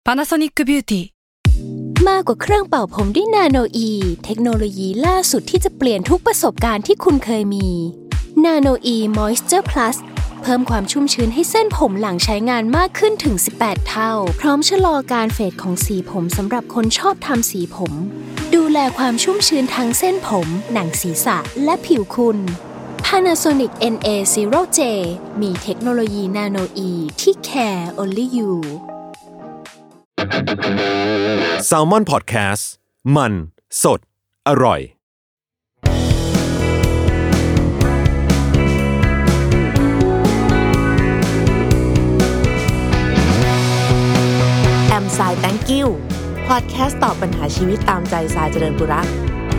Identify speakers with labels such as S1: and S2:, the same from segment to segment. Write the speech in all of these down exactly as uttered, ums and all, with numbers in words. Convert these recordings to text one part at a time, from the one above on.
S1: Panasonic Beauty
S2: มากกว่าเครื่องเป่าผมด้วยนาโนอีเทคโนโลยีล่าสุดที่จะเปลี่ยนทุกประสบการณ์ที่คุณเคยมีนาโนอีมอยส์เจอร์พลัสเพิ่มความชุ่มชื้นให้เส้นผมหลังใช้งานมากขึ้นถึงสิบแปดเท่าพร้อมชะลอการเฟดของสีผมสำหรับคนชอบทำสีผมดูแลความชุ่มชื้นทั้งเส้นผมหนังศีรษะและผิวคุณ Panasonic เอ็น เอ ศูนย์ เจ มีเทคโนโลยีนาโนอีที่ care only you
S3: Salmon Podcast มันสดอร่อย
S4: แอม Sai Thank You Podcast ตอบปัญหาชีวิตตามใจทรายเจริญปุระ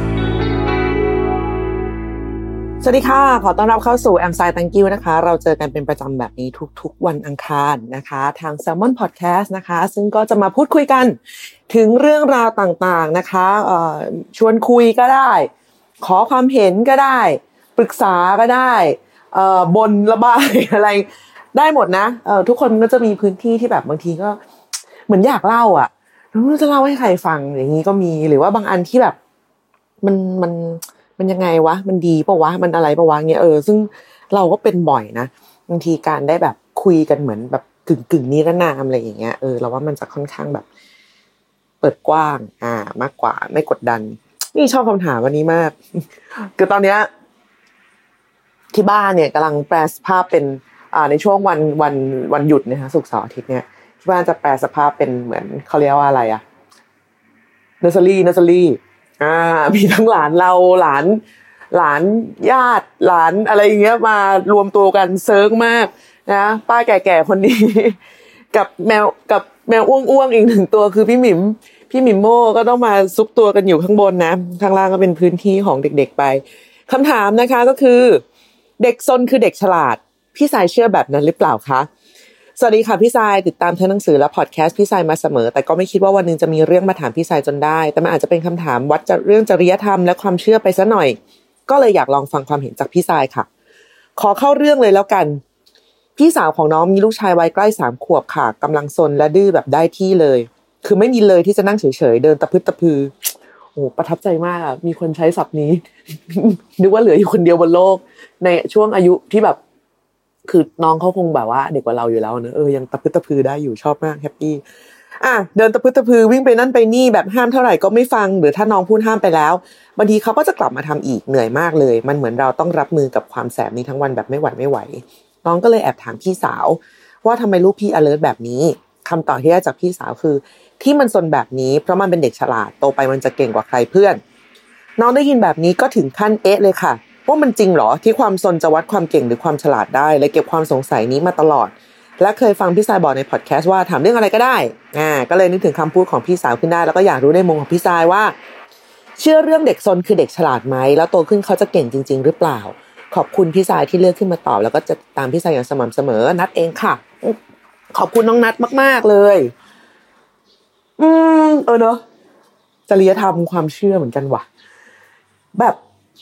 S4: สวัสดีค่ะขอต้อนรับเข้าสู่แอม Sai Thank You นะคะเราเจอกันเป็นประจำแบบนี้ทุกๆวันอังคารนะคะทาง Salmon Podcast นะคะซึ่งก็จะมาพูดคุยกันถึงเรื่องราวต่างๆนะคะเอ่อชวนคุยก็ได้ขอความเห็นก็ได้ปรึกษาก็ได้เอ่อบ่นระบายอะไรได้หมดนะเอ่อทุกคนก็จะมีพื้นที่ที่แบบบางทีก็เหมือนอยากเล่าอ่ะไม่รู้จะเล่าให้ใครฟังอย่างนี้ก็มีหรือว่าบางอันที่แบบมันมันมันยังไงวะมันดีป่ะวะมันอะไรป่ะวะเงี้ยเออซึ่งเราก็เป็นบ่อยนะบางทีการได้แบบคุยกันเหมือนแบบกึ่งๆนิรนามอะไรอย่างเงี้ยเออเราว่ามันจะค่อนข้างแบบเปิดกว้างอ่ามากกว่าไม่กดดันนี่ชอบคำถามวันนี้มากคือตอนเนี้ยที่บ้านเนี่ยกำลังแปลสภาพเป็นอ่าในช่วงวันวันวันหยุดนะคะศุกร์เสาร์อาทิตย์เนี่ยที่บ้านจะแปลสภาพเป็นเหมือนเขาเรียกว่าอะไรอะเนอร์เซอรี่เนอร์เซอรี่อ่ามีทั้งหลานเราหลานหลานญาติหลานอะไรอย่างเงี้ยมารวมตัวกันเซิร์กมากนะป้าแก่ๆคนนี้กับแมวกับแมวอ้วงๆอีกหนึ่งตัวคือพี่หมิมพี่หมิมโม่ก็ต้องมาซุกตัวกันอยู่ข้างบนนะข้างล่างก็เป็นพื้นที่ของเด็กๆไปคำถามนะคะก็คือเด็กซนคือเด็กฉลาดพี่สายเชื่อแบบนั้นหรือเปล่าคะสวัสดีค่ะพี่สายติดตามทั้งหนังสือและพอดแคสต์พี่สายมาเสมอแต่ก็ไม่คิดว่าวันนึงจะมีเรื่องมาถามพี่สายจนได้แต่มันอาจจะเป็นคำถามวัดจากเรื่องจริยธรรมและความเชื่อไปซะหน่อยก็เลยอยากลองฟังความเห็นจากพี่สายค่ะขอเข้าเรื่องเลยแล้วกันพี่สาวของน้องมีลูกชายวัยใกล้สามขวบค่ะกำลังซนและดื้อแบบได้ที่เลยคือไม่มีเลยที่จะนั่งเฉยๆเดินตะพึดตะพือโอ้ประทับใจมากอ่ะมีคนใช้ศัพท์นี้ นึกว่าเหลืออยู่คนเดียวบนโลกในช่วงอายุที่แบบคือน้องเขาคงแบบว่าเด็กกว่าเราอยู่แล้วเนอะเออยังตะพึดตะพือได้อยู่ชอบมากแฮปปี้อ่ะเดินตะพึดตะพือวิ่งไปนั่นไปนี่แบบห้ามเท่าไหร่ก็ไม่ฟังหรือถ้าน้องพูดห้ามไปแล้วบางทีเขาก็จะกลับมาทำอีกเหนื่อยมากเลยมันเหมือนเราต้องรับมือกับความแสบนี้ทั้งวันแบบไม่หวั่นไม่ไหวน้องก็เลยแอบถามพี่สาวว่าทำไมลูกพี่ alert แบบนี้คำตอบที่ได้จากพี่สาวคือที่มันซนแบบนี้เพราะมันเป็นเด็กฉลาดโตไปมันจะเก่งกว่าใครเพื่อนน้องได้ยินแบบนี้ก็ถึงขั้นเอ๊ะเลยค่ะว่ามันจริงเหรอที่ความซนจะวัดความเก่งหรือความฉลาดได้เลยเก็บความสงสัยนี้มาตลอดและเคยฟังพี่สายบอกในพอดแคสต์ว่าถามเรื่องอะไรก็ได้อ่าก็เลยนึกถึงคำพูดของพี่สาวขึ้นได้แล้วก็อยากรู้ในมุมของพี่สายว่าเชื่อเรื่องเด็กซนคือเด็กฉลาดไหมแล้วโตขึ้นเขาจะเก่งจริงๆหรือเปล่าขอบคุณพี่สายที่เลือกขึ้นมาตอบแล้วก็จะตามพี่สายอย่างสม่ำเสมอนัดเองค่ะขอบคุณน้องนัดมากๆเลยอืมเออเนอะจริยธรรมความเชื่อเหมือนกันว่ะแบบ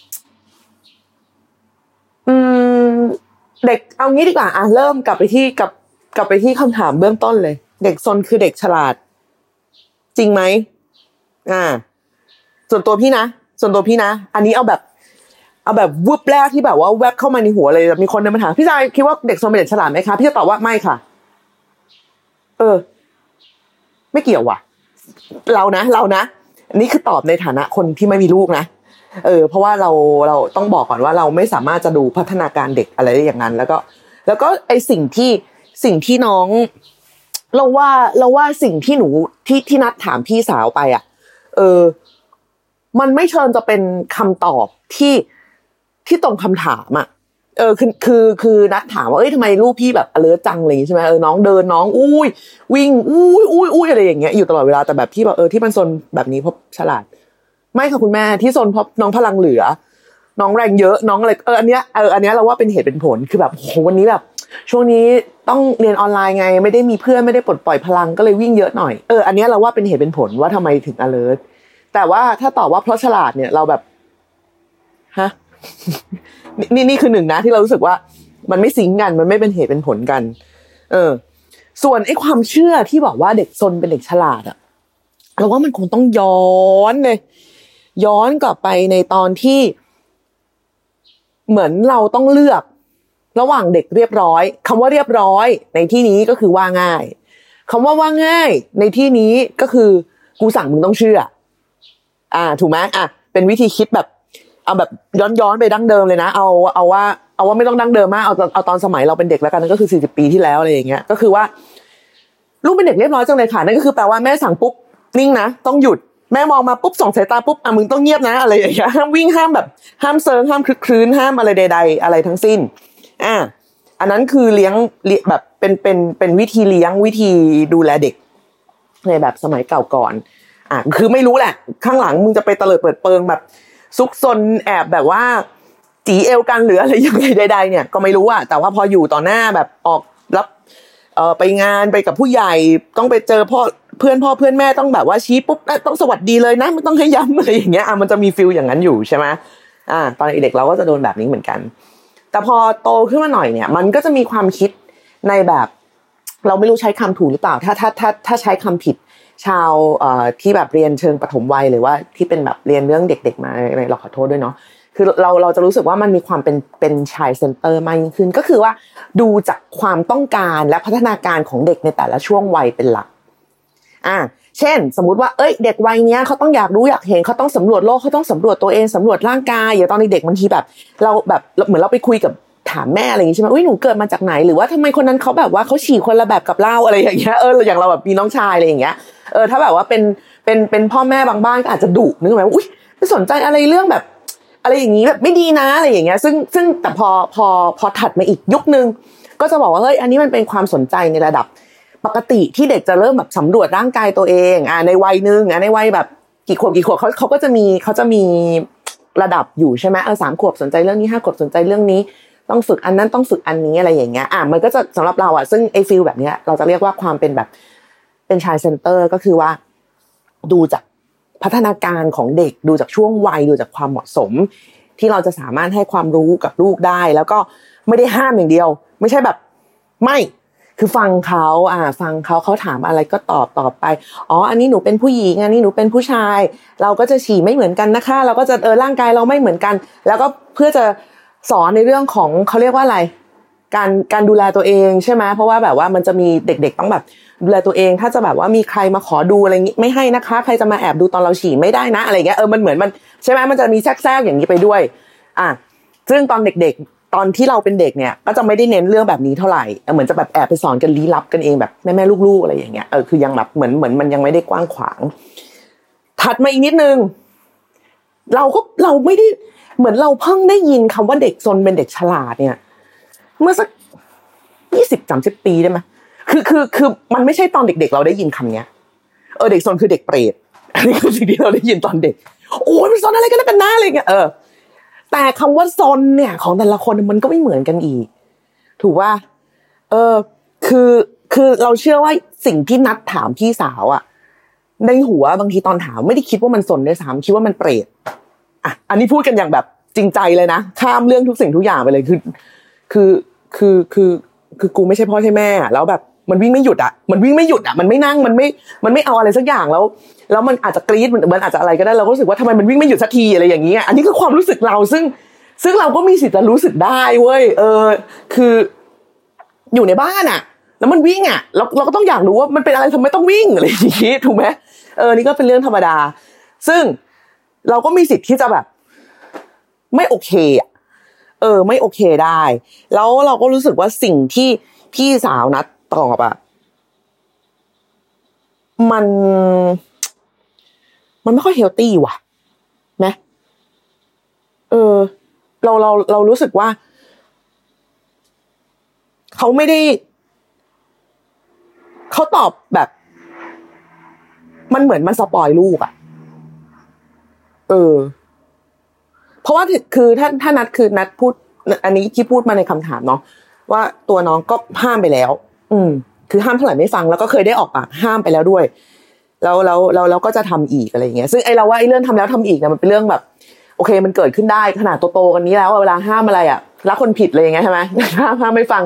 S4: อืมเด็กเอางี้ดีกว่าอ่ะเริ่มกลับไปที่กับกลับไปที่คำถามเบื้องต้นเลยเด็กซนคือเด็กฉลาดจริงไหมอ่าส่วนตัวพี่นะส่วนตัวพี่นะอันนี้เอาแบบเอาแบบวึบแรกที่แบบว่าแวบเข้ามาในหัวเลยมีคนเดินมาถามพี่ชายคิดว่าเด็กซนเป็นเด็กฉลาดไหมคะพี่จะตอบว่าไม่ค่ะเออไม่เกี่ยวว่ะเรานะเรานะอันนี้คือตอบในฐานะคนที่ไม่มีลูกนะเออเพราะว่าเราเราต้องบอกก่อนว่าเราไม่สามารถจะดูพัฒนาการเด็กอะไรได้อย่างนั้นแล้วก็แล้วก็ไอสิ่งที่สิ่งที่น้องเราว่าเราว่าสิ่งที่หนูที่ที่นัดถามพี่สาวไปอ่ะเออมันไม่เชิญจะเป็นคำตอบที่ที่ตรงคำถามอ่ะเออคือคือคือนัดถามว่าเอ้ยทำไมลูกพี่แบบ alert จังอะไรอย่างงี้ใช่ไหมเออน้องเดินน้องอุ้ยวิ่งอุ้ยอุ้ยอุ้ยอะไรอย่างเงี้ยอยู่ตลอดเวลาแต่แบบพี่บอกเออที่มันซนแบบนี้เพราะฉลาดไม่ค่ะคุณแม่ที่ซนเพราะน้องพลังเหลือน้องแรงเยอะน้องอะไรเอออันเนี้ยเอออันเนี้ยเราว่าเป็นเหตุเป็นผลคือแบบโหวันนี้แบบช่วงนี้ต้องเรียนออนไลน์ไงไม่ได้มีเพื่อนไม่ได้ปลดปล่อยพลังก็เลยวิ่งเยอะหน่อยเอออันเนี้ยเราว่าเป็นเหตุเป็นผลว่าทำไมถึง alert แต่ว่าถ้าตอบว่าเพราะฉลาดเนี่ยเราแบบฮะนี่นี่คือหนึ่งนะที่เรารู้สึกว่ามันไม่ซิงค์กันมันไม่เป็นเหตุเป็นผลกันเออส่วนไอ้ความเชื่อที่บอกว่าเด็กซนเป็นเด็กฉลาดอะเราว่ามันคงต้องย้อนเลยย้อนกลับไปในตอนที่เหมือนเราต้องเลือกระหว่างเด็กเรียบร้อยคำว่าเรียบร้อยในที่นี้ก็คือว่าง่ายคำว่าว่าง่ายในที่นี้ก็คือกูสั่งมึงต้องเชื่ออ่าถูกไหมอ่ะเป็นวิธีคิดแบบเอาแบบย้อนๆไปดั้งเดิมเลยนะเอาเอาว่าเอาว่าไม่ต้องดั้งเดิมมากเอาเอาตอนสมัยเราเป็นเด็กแล้วกันนั่นก็คือสี่สิบปีที่แล้วอะไรอย่างเงี้ยก็คือว่าลูกเป็นเด็กเรียบร้อยจังเลยค่ะนั่นก็คือแปลว่าแม่สั่งปุ๊บนิ่งนะต้องหยุดแม่มองมาปุ๊บส่องสายตาปุ๊บอ่ะมึงต้องเงียบนะอะไรอย่างเงี้ยห้ามวิ่งห้ามแบบห้ามเซิงห้ามคลึกครื้นห้ามอะไรใดๆอะไรทั้งสิ้นอ่ะอันนั้นคือเลี้ยงแบบเป็นเป็นเป็นวิธีเลี้ยงวิธีดูแลเด็กในแบบสมัยเก่าก่อนอ่ะคือไม่รู้แหละข้างหลังมึงจะไปเตลิดเปิดเปิงแบบซุกซนแอบแบบว่าจีเอวกันหรืออะไรอย่างไรใดๆเนี่ยก็ไม่รู้อ่ะแต่ว่าพออยู่ต่อหน้าแบบออกรับเอ่อไปงานไปกับผู้ใหญ่ต้องไปเจอพ่อเพื่อนพ่อเพื่อนแม่ต้องแบบว่าชี้ปุ๊บต้องสวัสดีเลยนะไม่ต้องให้ย้ำอะไรอย่างเงี้ยอ่ะมันจะมีฟีลอย่างนั้นอยู่ใช่ไหมอ่าตอนเด็กเราก็จะโดนแบบนี้เหมือนกันแต่พอโตขึ้นมาหน่อยเนี่ยมันก็จะมีความคิดในแบบเราไม่รู้ใช้คำถูกหรือเปล่าถ้าถ้าถ้าถ้าใช้คำผิดชาวเอ่อที่แบบเรียนเชิงปฐมวัยหรือว่าที่เป็นแบบเรียนเรื่องเด็กๆมาเราขอโทษด้วยเนาะคือเราเราจะรู้สึกว่ามันมีความเป็นเป็นชายเซนเตอร์มากยิ่งขึ้นก็คือว่าดูจากความต้องการและพัฒนาการของเด็กในแต่ละช่วงวัยเป็นหลักอ่าเช่นสมมุติว่าเอ้ยเด็กวัยเนี้ยเขาต้องอยากรู้อยากเห็นเขาต้องสำรวจโลกเขาต้องสำรวจตัวเองสำรวจร่างกายอย่างตอนเด็กๆบางทีแบบเราแบบเหมือนเราไปคุยกับถามแม่อะไรอย่างงี้ใช่มั้ยอุ๊ยหนูเกิดมาจากไหนหรือว่าทำไมคนนั้นเขาแบบว่าเขาฉี่คนละแบบกับเราอะไรอย่างเงี้ยเอออย่างเราแบบมีน้องชายอะไรอย่างเงี้ยเออถ้าแบบว่าเป็นเป็นเป็นพ่อแม่บางบ้านก็อาจจะดุนึกมั้ยอุ๊ยไม่สนใจอะไรเรื่องแบบอะไรอย่างงี้แบบไม่ดีนะอะไรอย่างเงี้ยซึ่งซึ่งแต่พอพอพอถัดมาอีกยุคนึงก็จะบอกว่าเฮ้ยอันนี้มันเป็นความสนใจในระดับปกติที่เด็กจะเริ่มแบบสำรวจร่างกายตัวเองอ่าในวัยนึงอ่าในวัยแบบกี่ขวบกี่ขวบเขาเขาก็จะมีเขาจะมีระดับอยู่ใช่ไหมเออสามขวบสนใจเรื่องนี้ห้าขวบสนใจเรื่องนี้ต้องฝึกอันนั้นต้องฝึกอันนี้อะไรอย่างเงี้ยอ่ะมันก็จะสำหรับเราอ่ะซึ่งไอ้ฟีลแบบเนี้ยเราจะเรียกว่าความเป็นแบบเป็นชายเซนเตอร์ก็คือว่าดูจากพัฒนาการของเด็กดูจากช่วงวัยดูจากความเหมาะสมที่เราจะสามารถให้ความรู้กับลูกได้แล้วก็ไม่ได้ห้ามอย่างเดียวไม่ใช่แบบไม่คือฟังเขาอ่าฟังเขาเขาถามอะไรก็ตอบตอบไปอ๋ออันนี้หนูเป็นผู้หญิงอันนี้หนูเป็นผู้ชายเราก็จะฉี่ไม่เหมือนกันนะคะเราก็จะเออร่างกายเราไม่เหมือนกันแล้วก็เพื่อจะสอนในเรื่องของเขาเรียกว่าอะไรการการดูแลตัวเองใช่ไหมเพราะว่าแบบว่ามันจะมีเด็กๆต้องแบบดูแลตัวเองถ้าจะแบบว่ามีใครมาขอดูอะไรงี้ไม่ให้นะคะใครจะมาแอบดูตอนเราฉี่ไม่ได้นะอะไรเงี้ยเออมันเหมือนมันใช่ไหมมันจะมีแทรกๆอย่างนี้ไปด้วยอ่ะซึ่งตอนเด็กๆตอนที่เราเป็นเด็กเนี่ยก็จะไม่ได้เน้นเรื่องแบบนี้เท่าไหร่เหมือนจะแบบแอบไปสอนกันลี้ลับกันเองแบบแม่ๆลูกๆอะไรอย่างเงี้ยเออคือยังแบบเหมือนเหมือนมันยังไม่ได้กว้างขวางถัดมาอีกนิดนึงเราก็เราไม่ได้เหมือนเราเพิ่งได้ยินคำว่าเด็กซนเป็นเด็กฉลาดเนี่ยเมื่อสักยี่สิบ สามสิบปีได้มั้ยคือคือคือมันไม่ใช่ตอนเด็กๆเราได้ยินคำเนี้ยเออเด็กซนคือเด็กเปรตอันนี้คือสิ่งที่เราได้ยินตอนเด็กโอ้ยมันซนอะไรกันนักกันหน้าอะไรเงี้ยเออแต่คำว่าซนเนี่ยของแต่ละคนมันก็ไม่เหมือนกันอีกถูกว่าเออคือคือเราเชื่อว่าสิ่งที่นัดถามพี่สาวอ่ะในหัวบางทีตอนถามไม่ได้คิดว่ามันซนด้วยซ้ำคิดว่ามันเปรตอ่ะอันนี้พูดกันอย่างแบบจริงใจเลยนะข้ามเรื่องทุกสิ่งทุกอย่างไปเลยคือคือคือคือคือกูไม่ใช่พ่อใช่แม่แล้วแบบมันวิ่งไม่หยุดอ่ะมันวิ่งไม่หยุดอ่ะมันไม่นั่งมันไม่มันไม่เอาอะไรสักอย่างแล้วแล้วมันอาจจะกรี๊ดมันอาจจะอะไรก็ได้เราก็รู้สึกว่าทำไมมันวิ่งไม่หยุดสักทีอะไรอย่างเงี้ยอันนี้คือความรู้สึกเราซึ่งซึ่งเราก็มีสิทธิ์จะรู้สึกได้เว้ยเออคืออยู่ในบ้านอ่ะแล้วมันวิ่งอ่ะเราเราก็ต้องอยากรู้ว่ามันเป็นอะไรทำไมต้องวิ่งอะไรอย่างงี้ถูกไหมเออนี่ก็เป็นเรื่องธรรมดาซึ่งเราก็มีสิทธิ์ที่จะแบบไม่โอเคอ่ะเออไม่โอเคได้แล้วเราก็รู้สึกว่าสิ่งที่พี่สาวนัดตอบอ่ะมันมันไม่ค่อยเฮลตี้ว่ะนะเออเราเราเรารู้สึกว่าเขาไม่ได้เขาตอบแบบมันเหมือนมันสปอยลูกอ่ะเออเพราะว่าคือถ้าถ้านัดคือนัดพูดอันนี้ที่พูดมาในคำถามเนาะว่าตัวน้องก็ห้ามไปแล้วอืมคือห้ามเท่าไหร่ไม่ฟังแล้วก็เคยได้ออกปากห้ามไปแล้วด้วยแล้วแล้วแล้วเราก็จะทำอีกอะไรอย่างเงี้ยซึ่งไอเราว่าไอเรื่องทำแล้วทำอีกเนี่ยมันเป็นเรื่องแบบโอเคมันเกิดขึ้นได้ขนาดโตๆกันนี้แล้วเวลาห้ามอะไรอ่ะรักคนผิดอะไรอย่างเงี้ยใช่ไหมห้ามห้ามไม่ฟัง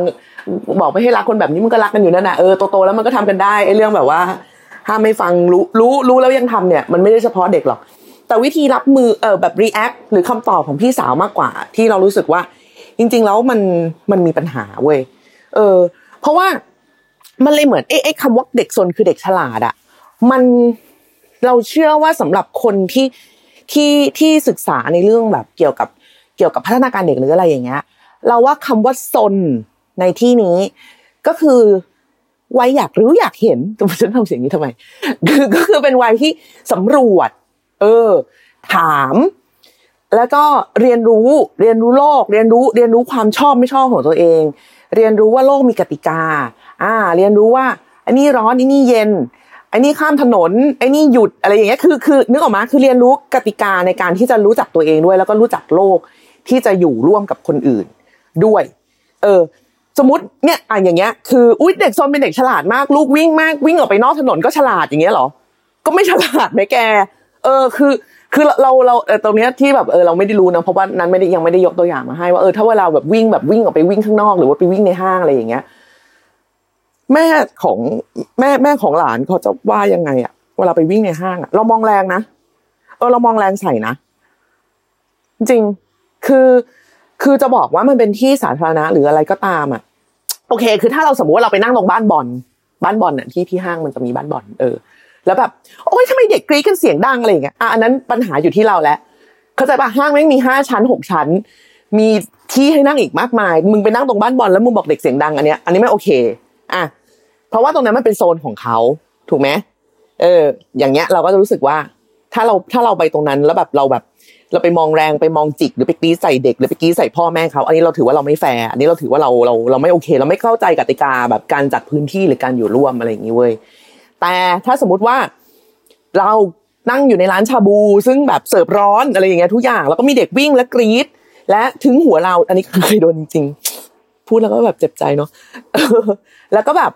S4: บอกไม่ให้รักคนแบบนี้มันก็รักกันอยู่นั่นน่ะเออโตๆแล้วมันก็ทำกันได้ไอ้เรื่องแบบว่าห้ามไม่ฟังรู้รู้รู้แล้วยังทำเนี่ยมันไม่ได้เฉพาะเด็กหรอกแต่วิธีรับมือเออแบบ react หรือคำตอบของพี่สาวมากกว่าที่เรารู้สึกว่าจริงๆแล้วมันมันมีปัญหาเว้ยเออเพราะว่ามันเลยเหมือนไอ้ไอ้คำว่าเด็กซนคือเด็กฉลาดอะมันเราเชื่อว่าสำหรับคนที่ที่ที่ศึกษาในเรื่องแบบเกี่ยวกับเกี่ยวกับพัฒนาการเด็กหรืออะไรอย่างเงี้ยเราว่าคำว่าซนในที่นี้ก็คือวัยอยากรู้อยากเห็นแต่ฉันทำเสียงนี้ทำไมคือก็คือเป็นวัยที่สำรวจเออถามแล้วก็เรียนรู้เรียนรู้โลกเรียนรู้เรียนรู้ความชอบไม่ชอบของตัวเองเรียนรู้ว่าโลกมีกติกาอ่าเรียนรู้ว่าอันนี้ร้อนอันนี้เย็นอันนี้ข้ามถนนไอ้นี่หยุดอะไรอย่างเงี้ยคือคือนึกออกมั้ยคือเรียนรู้กติกาในการที่จะรู้จักตัวเองด้วยแล้วก็รู้จักโลกที่จะอยู่ร่วมกับคนอื่นด้วยเออสมมุติเนี่ยอ่ะอย่างเงี้ยคืออุ๊ยเด็กซนเป็นเด็กฉลาดมากลูกวิ่งมากวิ่งออกไปนอกถนนก็ฉลาดอย่างเงี้ยเหรอก็ไม่ฉลาดมั้ยแกเออคือคือเราเราเออตรงเนี้ยที่แบบเออเราไม่ได้รู้นะเพราะว่านั้นไม่ได้ยังไม่ได้ยกตัวอย่างมาให้ว่าเออถ้าเวลาแบบวิ่งแบบวิ่งออกไปวิ่งข้างนอกหรือว่าไปวิ่งในห้างอะไรอย่างเงี้ยแม่ของแม่แม่ของหลานเขาจะว่ายังไงอะเวลาไปวิ่งในห้างอะเรามองแรงนะเออเรามองแรงใส่นะจริงคือคือจะบอกว่ามันเป็นที่สาธารณะหรืออะไรก็ตามอ่ะโอเคคือถ้าเราสมมุติว่าเราไปนั่งตรงบ้านบอลบ้านบอลน่ะที่ที่ห้างมันจะมีบ้านบอลเออแล้วแบบโอ๊ยทำไมเด็กกรี๊ดกันเสียงดังอะไรอย่างเงี้ยอ่ะอันนั้นปัญหาอยู่ที่เราแล้วเข้าใจป่ะห้างแม่งมีห้าชั้นหกชั้นมีที่ให้นั่งอีกมากมายมึงไปนั่งตรงบ้านบอลแล้วมึงบอกเด็กเสียงดังอันเนี้ยอันนี้ไม่โอเคอ่ะเพราะว่าตรงนั้นมันเป็นโซนของเขาถูกมั้ยเอออย่างเงี้ยเราก็จะรู้สึกว่าถ้าเราถ้าเราไปตรงนั้นแล้วแบบเราแบบเราไปมองแรงไปมองจิกหรือไปกรี๊ดใส่เด็กหรือไปกรี๊ดใส่พ่อแม่เขาอันนี้เราถือว่าเราไม่แฟร์อันนี้เราถือว่าเราเราเราไม่โอเคเราไม่เข้าใจกติกาแบบการจัดพื้นที่หรือการอยู่ร่วมอะไรอย่างงี้เว้ยแต่ถ้าสมมุติว่าเรานั่งอยู่ในร้านชาบูซึ่งแบบเสิร์ฟร้อนอะไรอย่างเงี้ยทุกอย่างแล้วก็มีเด็กวิ่งและกรี๊ดและถึงหัวเราอันนี้เคยโดนจริงๆพูดแล้วก็แบบเจ็บใจเนาะแล้วก็แบบ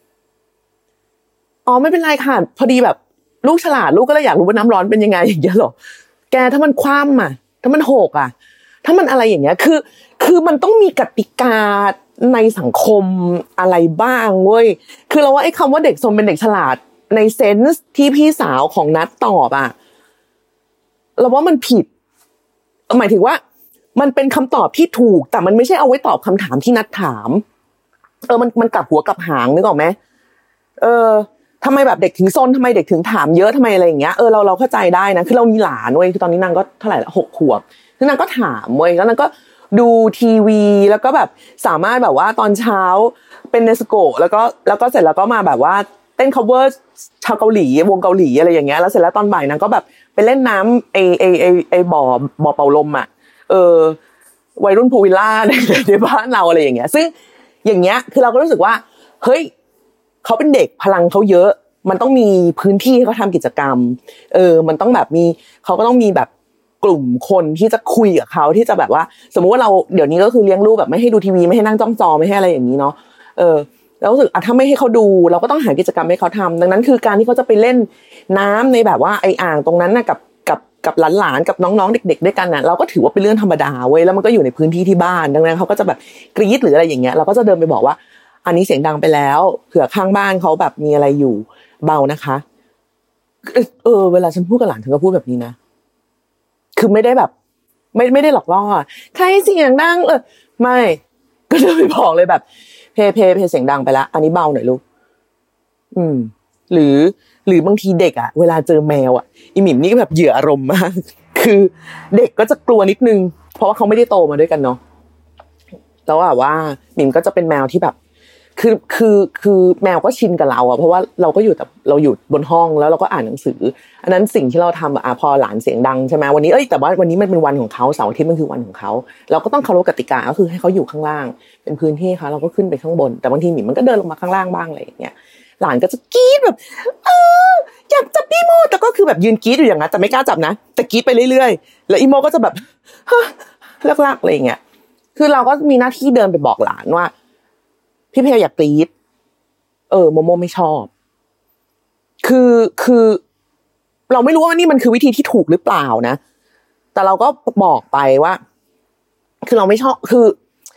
S4: อ๋อไม่เป็นไรค่ะพอดีแบบลูกฉลาดลูกก็เลยอยากรู้ว่าน้ำร้อนเป็นยังไงอย่างเงี้ยหรอแกถ้ามันคว่ำอ่ะถ้ามันหกอ่ะถ้ามันอะไรอย่างเงี้ยคือคือมันต้องมีกติกาในสังคมอะไรบ้างเว้ยคือเราว่าไอ้คำว่าเด็กซนเป็นเด็กฉลาดในเซนส์ที่พี่สาวของนัทตอบอ่ะเราว่ามันผิดหมายถึงว่ามันเป็นคำตอบที่ถูกแต่มันไม่ใช่เอาไว้ตอบคำถามที่นัทถามเออมันมันกลับหัวกลับหางนึกออกไหมเออทำไมแบบเด็กถึงซนทำไมเด็กถึงถามเยอะทำไมอะไรอย่างเงี้ยเออเราเราเข้าใจได้นะคือเรามีหลานเว้ยคือตอนนี้นางก็เท่าไหร่ละหกขวบคือนางก็ถามเว้ยแล้วนางก็ดูทีวีแล้วก็แบบสามารถแบบว่าตอนเช้าเป็นเนสโกะแล้วก็แล้วก็เสร็จแล้วก็มาแบบว่าเต้น cover ชาวเกาหลีวงเกาหลีอะไรอย่างเงี้ยแล้วเสร็จแล้วตอนบ่ายนางก็แบบไปเล่นน้ำไอไอไอไอบ่อบ่อเป่าลมอ่ะเออวัยรุ่นพูวิลล่าในในบ้านเราอะไรอย่างเงี้ยซึ่งอย่างเงี้ยคือเราก็รู้สึกว่าเฮ้ยเขาเป็นเด็กพลังเขาเยอะมันต้องมีพื้นที่ให้เขาทำกิจกรรมเออมันต้องแบบมีเขาก็ต้องมีแบบกลุ่มคนที่จะคุยกับเขาที่จะแบบว่าสมมุติว่าเราเดี๋ยวนี้ก็คือเลี้ยงลูกแบบไม่ให้ดูทีวีไม่ให้นั่งจ้องจอไม่ให้อะไรอย่างนี้เนาะเออแล้วรู้สึกอ่ะถ้าไม่ให้เขาดูเราก็ต้องหากิจกรรมให้เขาทำดังนั้นคือการที่เขาจะไปเล่นน้ำในแบบว่าไอ้อ่างตรงนั้นน่ะกับกับกับหลานๆกับน้องๆเด็กๆด้วยกันน่ะเราก็ถือว่าเป็นเรื่องธรรมดาเว้ยแล้วมันก็อยู่ในพื้นที่ที่บ้านดังนั้นเขาก็จะแบบกรี๊ดหรืออะไรอย่างเงี้ยเราก็จะเดินไปบอกว่าอันนี้เสียงดังไปแล้วเผื่อข้างบ้านเขาแบบมีอะไรอยู่เบานะคะเออเวลาฉันพูดกับหลานฉันก็พูดแบบนี้นะคือไม่ได้แบบไม่ไม่ได้หลอกล่อใครเสียงดังเออไม่ก็จะไปบอกเลยแบบเพเพเพเสียงดังไปแล้วอันนี้เบาหน่อยลูกอืมหรือหรือบางทีเด็กอ่ะเวลาเจอแมวอ่ะอีหมิมนี่ก็แบบเหยื่ออารมณ์มากคือเด็กก็จะกลัวนิดนึงเพราะว่าเขาไม่ได้โตมาด้วยกันเนาะแล้วแบบว่าหมิมก็จะเป็นแมวที่แบบคือคือคือแมวก็ชินกับเราอ่ะเพราะว่าเราก็อยู่แต่เราอยู่บนห้องแล้วเราก็อ่านหนังสืออันนั้นสิ่งที่เราทำอ่ะพอหลานเสียงดังใช่ไหมวันนี้เอ้ยแต่ว่าวันนี้มันเป็นวันของเขาเสาร์อาทิตย์มันคือวันของเขาเราก็ต้องเคารพกติกาก็คือให้เขาอยู่ข้างล่างเป็นพื้นที่เขาเราก็ขึ้นไปข้างบนแต่บางทีหมิมมันก็เดินลงมาข้างล่างบ้างอะไรอย่างเงี้ยหลานก็จะกรี๊ดแบบเอออยากจับพี่โมแต่ก็คือแบบยืนกรี๊ดอยู่อย่างนั้นแต่ไม่กล้าจับนะแต่กรี๊ดไปเรื่อยๆแล้วอีโมก็จะแบบเฮ้ยเลิกๆอะไรอย่างเงี้ยคือเราก็มีหน้าที่เดินไปบอกหลานว่าพี่เพลอยากกรี๊ดเออโมโมไม่ชอบคือคือเราไม่รู้ว่านี่มันคือวิธีที่ถูกหรือเปล่านะแต่เราก็บอกไปว่าคือเราไม่ชอบคือ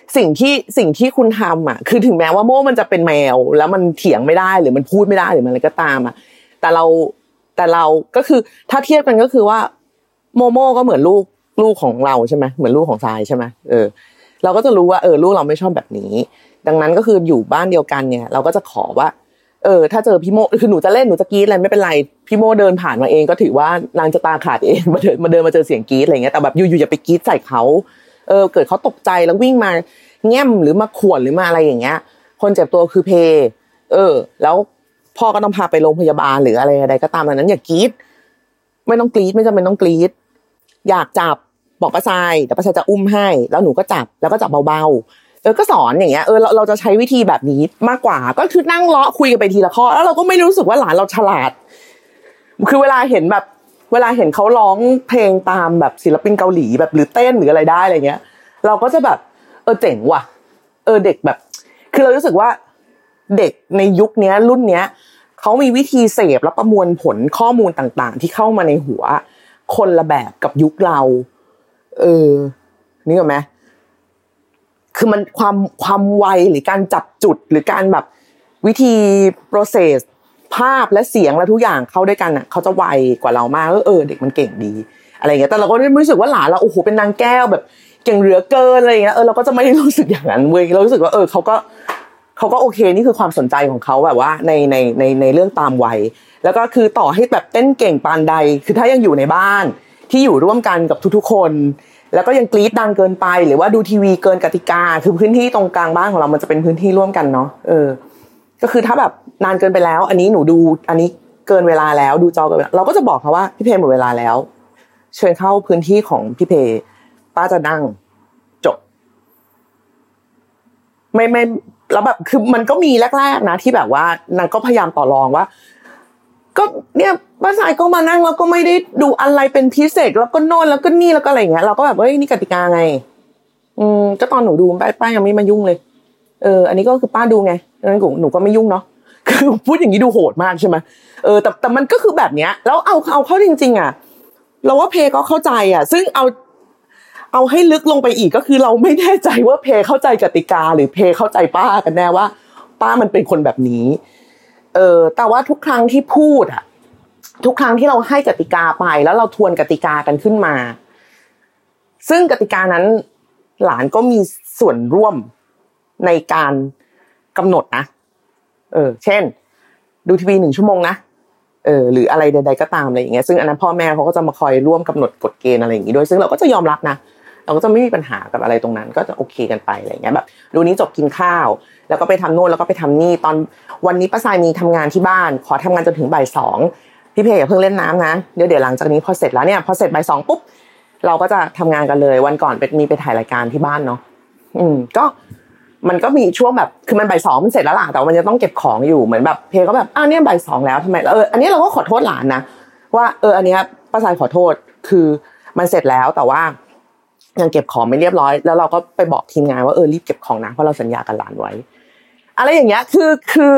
S4: สิ่งที่สิ่งที่คุณทำอ่ะคือถึงแม้ว่าโม่มันจะเป็นแมวแล้วมันเถียงไม่ได้หรือมันพูดไม่ได้หรือมันอะไรก็ตามอ่ะแต่เราแต่เราก็คือถ้าเทียบกันก็คือว่าโมโม่ก็เหมือนลูกลูกของเราใช่ไหมเหมือนลูกของทรายใช่ไหมเออเราก็จะรู้ว่าเออลูกเราไม่ชอบแบบนี้ดังนั้นก็คืออยู่บ้านเดียวกันเนี่ยเราก็จะขอว่าเออถ้าเจอพี่โมคือหนูจะเล่นหนูจะกรี๊ดอะไรไม่เป็นไรพี่โมเดินผ่านมาเองก็ถือว่านางจะตาขาดเองมาเดินมาเดินมาเจอเสียงกรี๊ดอะไรเงี้ยแต่แบบอยู่ๆอย่าไปกรี๊ดใส่เขาเออเกิดเขาตกใจแล้ววิ่งมาแง้มหรือมาข่วนหรือมาอะไรอย่างเงี้ยคนเจ็บตัวคือเพเออแล้วพ่อก็ต้องพาไปโรงพยาบาลหรืออะไรใดก็ตามดังนั้นอย่ากรี๊ดไม่ต้องกรี๊ดไม่จำเป็นต้องกรี๊ดอยากจับบอกป้าทรายแต่ป้าทรายจะอุ้มให้แล้วหนูก็จับแล้วก็จับเบาๆเออก็สอนอย่างเงี้ยเออเราเราจะใช้วิธีแบบนี้มากกว่าก็คือนั่งเลาะคุยกันไปทีละข้อแล้วเราก็ไม่รู้สึกว่าหลานเราฉลาดคือเวลาเห็นแบบเวลาเห็นเขาร้องเพลงตามแบบศิลปินเกาหลีแบบหรือเต้นหรืออะไรได้อะไรเงี้ยเราก็จะแบบเออเจ๋งว่ะเออเด็กแบบคือเรารู้สึกว่าเด็กในยุคนี้รุ่นเนี้ยเขามีวิธีเสพและประมวลผลข้อมูลต่างๆที่เข้ามาในหัวคนละแบบกับยุคเราเออนี่เหรอไหมคือมันความความไวหรือการจับจุดหรือการแบบวิธี process ภาพและเสียงและทุกอย่างเข้าด้วยกันอ่ะเขาจะไวกว่าเรามากเออเด็กมันเก่งดีอะไรอย่างเงี้ยแต่เราก็ไม่รู้สึกว่าหลานเราโอ้โหเป็นนางแก้วแบบเก่งเหลือเกินอะไรอย่างเงี้ยเออเราก็จะไม่รู้สึกอย่างนั้นเว้ยเรารู้สึกว่าเออเขาก็เขาก็โอเคนี่คือความสนใจของเขาแบบว่าในในในในเรื่องตามวัยแล้วก็คือต่อให้แบบเต้นเก่งปานใดคือถ้ายังอยู่ในบ้านที่อยู่ร่วมกันกับทุกๆคนแล้วก็ยังกรี๊ดดังเกินไปหรือว่าดูทีวีเกินกติกาคือพื้นที่ตรงกลางบ้านของเรามันจะเป็นพื้นที่ร่วมกันเนาะเออก็คือถ้าแบบนานเกินไปแล้วอันนี้หนูดูอันนี้เกินเวลาแล้วดูจอเกินเราก็จะบอกเขาว่าพี่เพหมดเวลาแล้วเชิญเข้าพื้นที่ของพี่เพป้าจะนั่งจบไม่ไม่แล้วแบบคือมันก็มีแรกๆนะที่แบบว่านางก็พยายามต่อรองว่าก็เนี่ยป้าสายก็มานั่งแล้วก็ไม่ได้ดูอะไรเป็นพิเศษแล้วก็โน่นแล้วก็นี่แล้วก็อะไรอย่างเงี้ยเราก็แบบเฮ้ยนี่กติกาไงอืมก็ตอนหนูดูป้าป้ายังไม่มายุ่งเลยเอออันนี้ก็คือป้าดูไงงั้นหนูก็ไม่ยุ่งเนาะคือพูดอย่างนี้ดูโหดมากใช่ไหมเออแต่แต่มันก็คือแบบเนี้ยแล้วเอาเอาเข้าจริงๆอ่ะเราว่าเพก็เข้าใจอ่ะซึ่งเอาเอาให้ลึกลงไปอีกก็คือเราไม่แน่ใจว่าเพเข้าใจกติกาหรือเพเข้าใจป้ากันแน่ว่าป้ามันเป็นคนแบบนี้เออแต่ว่าทุกครั้งที่พูดอ่ะทุกครั้งที่เราให้กติกาไปแล้วเราทวนกติกากันขึ้นมาซึ่งกติกานั้นหลานก็มีส่วนร่วมในการกำหนดนะเออเช่นดูทีวีหนึ่งชั่วโมงนะเออหรืออะไรใดๆก็ตามอะไรอย่างเงี้ยซึ่งอันนั้นพ่อแม่เขาก็จะมาคอยร่วมกำหนดกฎเกณฑ์อะไรอย่างงี้ด้วยซึ่งเราก็จะยอมรับนะเราก็จะไม่มีปัญหากับอะไรตรงนั้นก็จะโอเคกันไปอะไรอย่างเงี้ยแบบดูนี้จบกินข้าวแล้วก็ไปทำโน่นแล้วก็ไปทำนี่ตอนวันนี้ป้าทรายมีทำงานที่บ้านขอทำงานจนถึงบ่ายสองพี่เพย์อย่าเพิ่งเล่นน้ำนะเดี๋ยวเดี๋ยวหลังจากนี้พอเสร็จแล้วเนี่ยพอเสร็จบ่ายสองปุ๊บเราก็จะทำงานกันเลยวันก่อนเป็นมีไปถ่ายรายการที่บ้านเนาะอืมก็มันก็มีช่วงแบบคือมันบ่ายสองมันเสร็จแล้วล่ะแต่มันจะต้องเก็บของอยู่เหมือนแบบเพย์ก็แบบอ้าวเนี่ยบ่ายสองแล้วทำไมเอออันนี้เราก็ขอโทษหลานนะว่าเอออันนี้ป้าทรายขอโทษคือมันเสร็จแล้วแต่ว่ายังเก็บของไม่เรียบร้อยแล้วเราก็ไปบอกทีมงานว่าเออรีบเก็บของนะเพราะเราสัญญากับหลานไว้อะไรอย่างเงี้ยคือคือ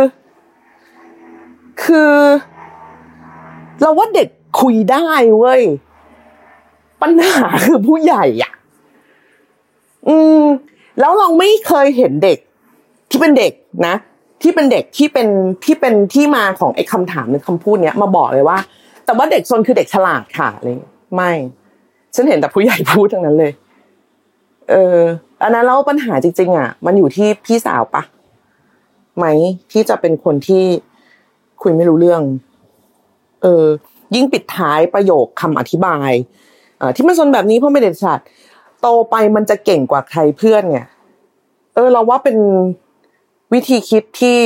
S4: คือเราว่าเด็กคุยได้เว้ยปัญหาคือผู้ใหญ่อ่ะอืมแล้วเราไม่เคยเห็นเด็กที่เป็นเด็กนะที่เป็นเด็กที่เป็นที่เป็นที่มาของไอ้คำถามหรือคำพูดเนี้ยมาบอกเลยว่าแต่ว่าเด็กซนคือเด็กฉลาดค่ะอะไรไม่ฉันเห็นแต่ผู้ใหญ่พูดทั้งนั้นเลยเอออันนั้นแล้วปัญหาจริงๆอ่ะมันอยู่ที่พี่สาวปะไหมที่จะเป็นคนที่คุยไม่รู้เรื่องเออยิ่งปิดท้ายประโยคคำอธิบายเอ่อที่มันซนแบบนี้เพราะไม่เด็ดขาดโตไปมันจะเก่งกว่าใครเพื่อนไงเออเราว่าเป็นวิธีคิดที่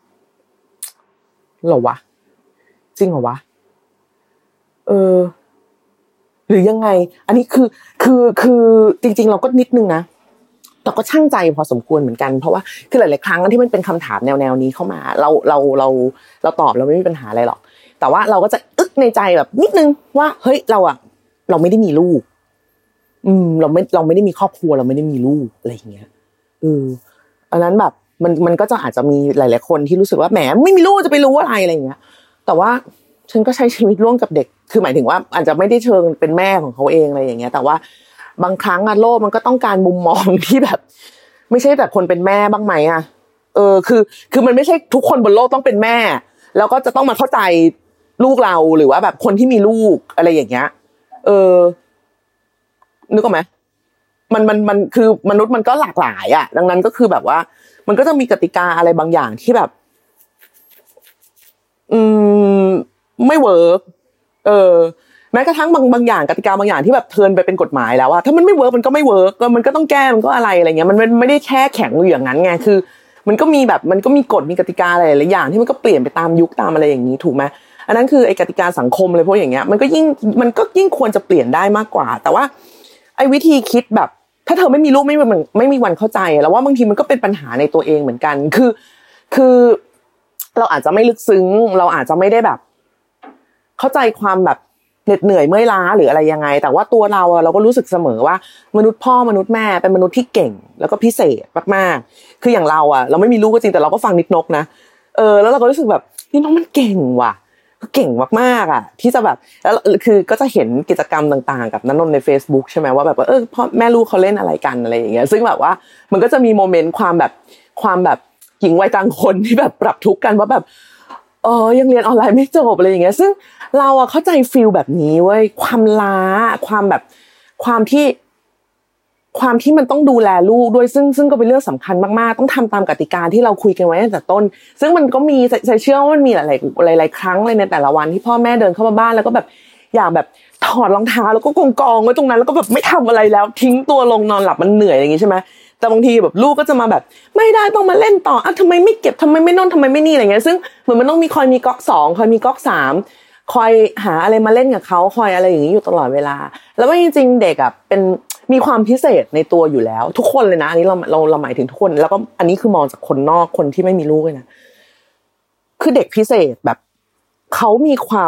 S4: เหรอวะจริงเหรอวะเออหรือยังไงอันนี้คือคือคือจริงๆเราก็นิดนึงนะเราก็ช่างใจพอสมควรเหมือนกันเพราะว่าคือหลายๆครั้งที่มันเป็นคำถามแนวๆนี้เข้ามาเราเราเราเราตอบเราไม่มีปัญหาอะไรหรอกแต่ว่าเราก็จะอึกในใจแบบนิดนึงว่าเฮ้ยเราอะเราไม่ได้มีลูกอืมเราไม่เราไม่ได้มีครอบครัวเราไม่ได้มีลูกอะไรอย่างเงี้ยเอออันนั้นแบบมันมันก็จะอาจจะมีหลายๆคนที่รู้สึกว่าแหมไม่มีลูกจะไปรู้อะไรอะไรอย่างเงี้ยแต่ว่าฉันก็ใช้ชีวิตร่วมกับเด็กคือหมายถึงว่าอาจจะไม่ได้เชิงเป็นแม่ของเขาเองอะไรอย่างเงี้ยแต่ว่าบางครั้งอะโลกมันก็ต้องการมุมมองที่แบบไม่ใช่แต่คนเป็นแม่บ้างไหมอ่ะเออคือคือมันไม่ใช่ทุกคนบนโลกต้องเป็นแม่แล้วก็จะต้องมาเข้าใจลูกเราหรือว่าแบบคนที่มีลูกอะไรอย่างเงี้ยเออนึกออกไหมมันมันมันคือมนุษย์มันก็หลากหลายอ่ะดังนั้นก็คือแบบว่ามันก็จะมีกติกาอะไรบางอย่างที่แบบอืมไม่เวิร์กเออแม้กระทั่งบางบางอย่างกติกาบางอย่างที่แบบเทิร์นไปเป็นกฎหมายแล้วอะถ้ามันไม่เวิร์กมันก็ไม่เวิร์กก็มันก็ต้องแก้มันก็อะไรอะไรเงี้ยมันไม่ได้แค่แข็งอยู่อย่างนั้นไงคือมันก็มีแบบมันก็มีกฎมีกติกาอะไรหลายอย่างที่มันก็เปลี่ยนไปตามยุคตามอะไรอย่างนี้ถูกไหมอันนั้นคือไอ้กติกาสังคมเลยพวกอย่างเงี้ยมันก็ยิ่งมันก็ยิ่งควรจะเปลี่ยนได้มากกว่าแต่ว่าไอ้วิธีคิดแบบถ้าเธอไม่มีลูกไม่มันไม่มีวันเข้าใจแล้วว่าบางทีมันก็เป็นปัญหาในตัวเองเหมือนกันคือคือเราอาจจะไม่ลึกซึ้งเราอาจจะไม่ได้แบบเข้าใจความแบบเหน็ดเหนื่อยเมื่อยล้าหรืออะไรยังไงแต่ว่าตัวเราอะเราก็รู้สึกเสมอว่ามนุษย์พ่อมนุษย์แม่เป็นมนุษย์ที่เก่งแล้วก็พิเศษมากๆคืออย่างเราอะเราไม่มีลูกก็จริงแต่เราก็ฟังนิดนกนะเออแล้วเราก็รู้สึกแบบนี่น้องมันเก่งว่ะเก่งมากๆอะที่จะแบบแล้วคือก็จะเห็นกิจกรรมต่างๆกับณนนท์ใน Facebook ใช่ไหมว่าแบบเออพ่อแม่ลูกเขาเล่นอะไรกันอะไรอย่างเงี้ยซึ่งแบบว่ามันก็จะมีโมเมนต์ความแบบความแบบหญิงวัยกลางคนที่แบบปรับทุกข์กันว่าแบบเออยังเรียนออนไลน์ไม่จบอะไรอย่างเงี้ยซึ่งเราอะเข้าใจฟีลแบบนี้เว้ยความล้าความแบบความที่ความที่มันต้องดูแลลูกด้วยซึ่งซึ่งก็เป็นเรื่องสำคัญมากๆต้องทำตามกติกาที่เราคุยกันไว้ตั้งแต่ต้นซึ่งมันก็มีใจเชื่อว่ามันมีหลายๆหลายๆครั้งเลยในแต่ละวันที่พ่อแม่เดินเข้ามาบ้านแล้วก็แบบอยากแบบถอดรองเท้าแล้วก็กองกองไว้ตรงนั้นแล้วก็แบบไม่ทำอะไรแล้วทิ้งตัวลงนอนหลับมันเหนื่อยอย่างงี้ใช่ไหมแต่บางทีแบบลูกก็จะมาแบบไม่ได้ต้องมาเล่นต่ออ่ะทำไมไม่เก็บทำไมไม่นอนทำไมไม่นี่อะไรเงี้ยซึ่งเหมือนมันต้องมีคอยมีก๊อกสองคอยมีก๊อกสามคอยหาอะไรมาเล่นกับเขาคอยอะไรอย่างนี้อยู่ตลอดเวลาแล้วว่าจริงๆเด็กอ่ะเป็นมีความพิเศษในตัวอยู่แล้วทุกคนเลยนะอันนี้เราเราเราหมายถึงทุกคนแล้วก็อันนี้คือมองจากคนนอกคนที่ไม่มีลูกเลยนะคือเด็กพิเศษแบบเขามีความ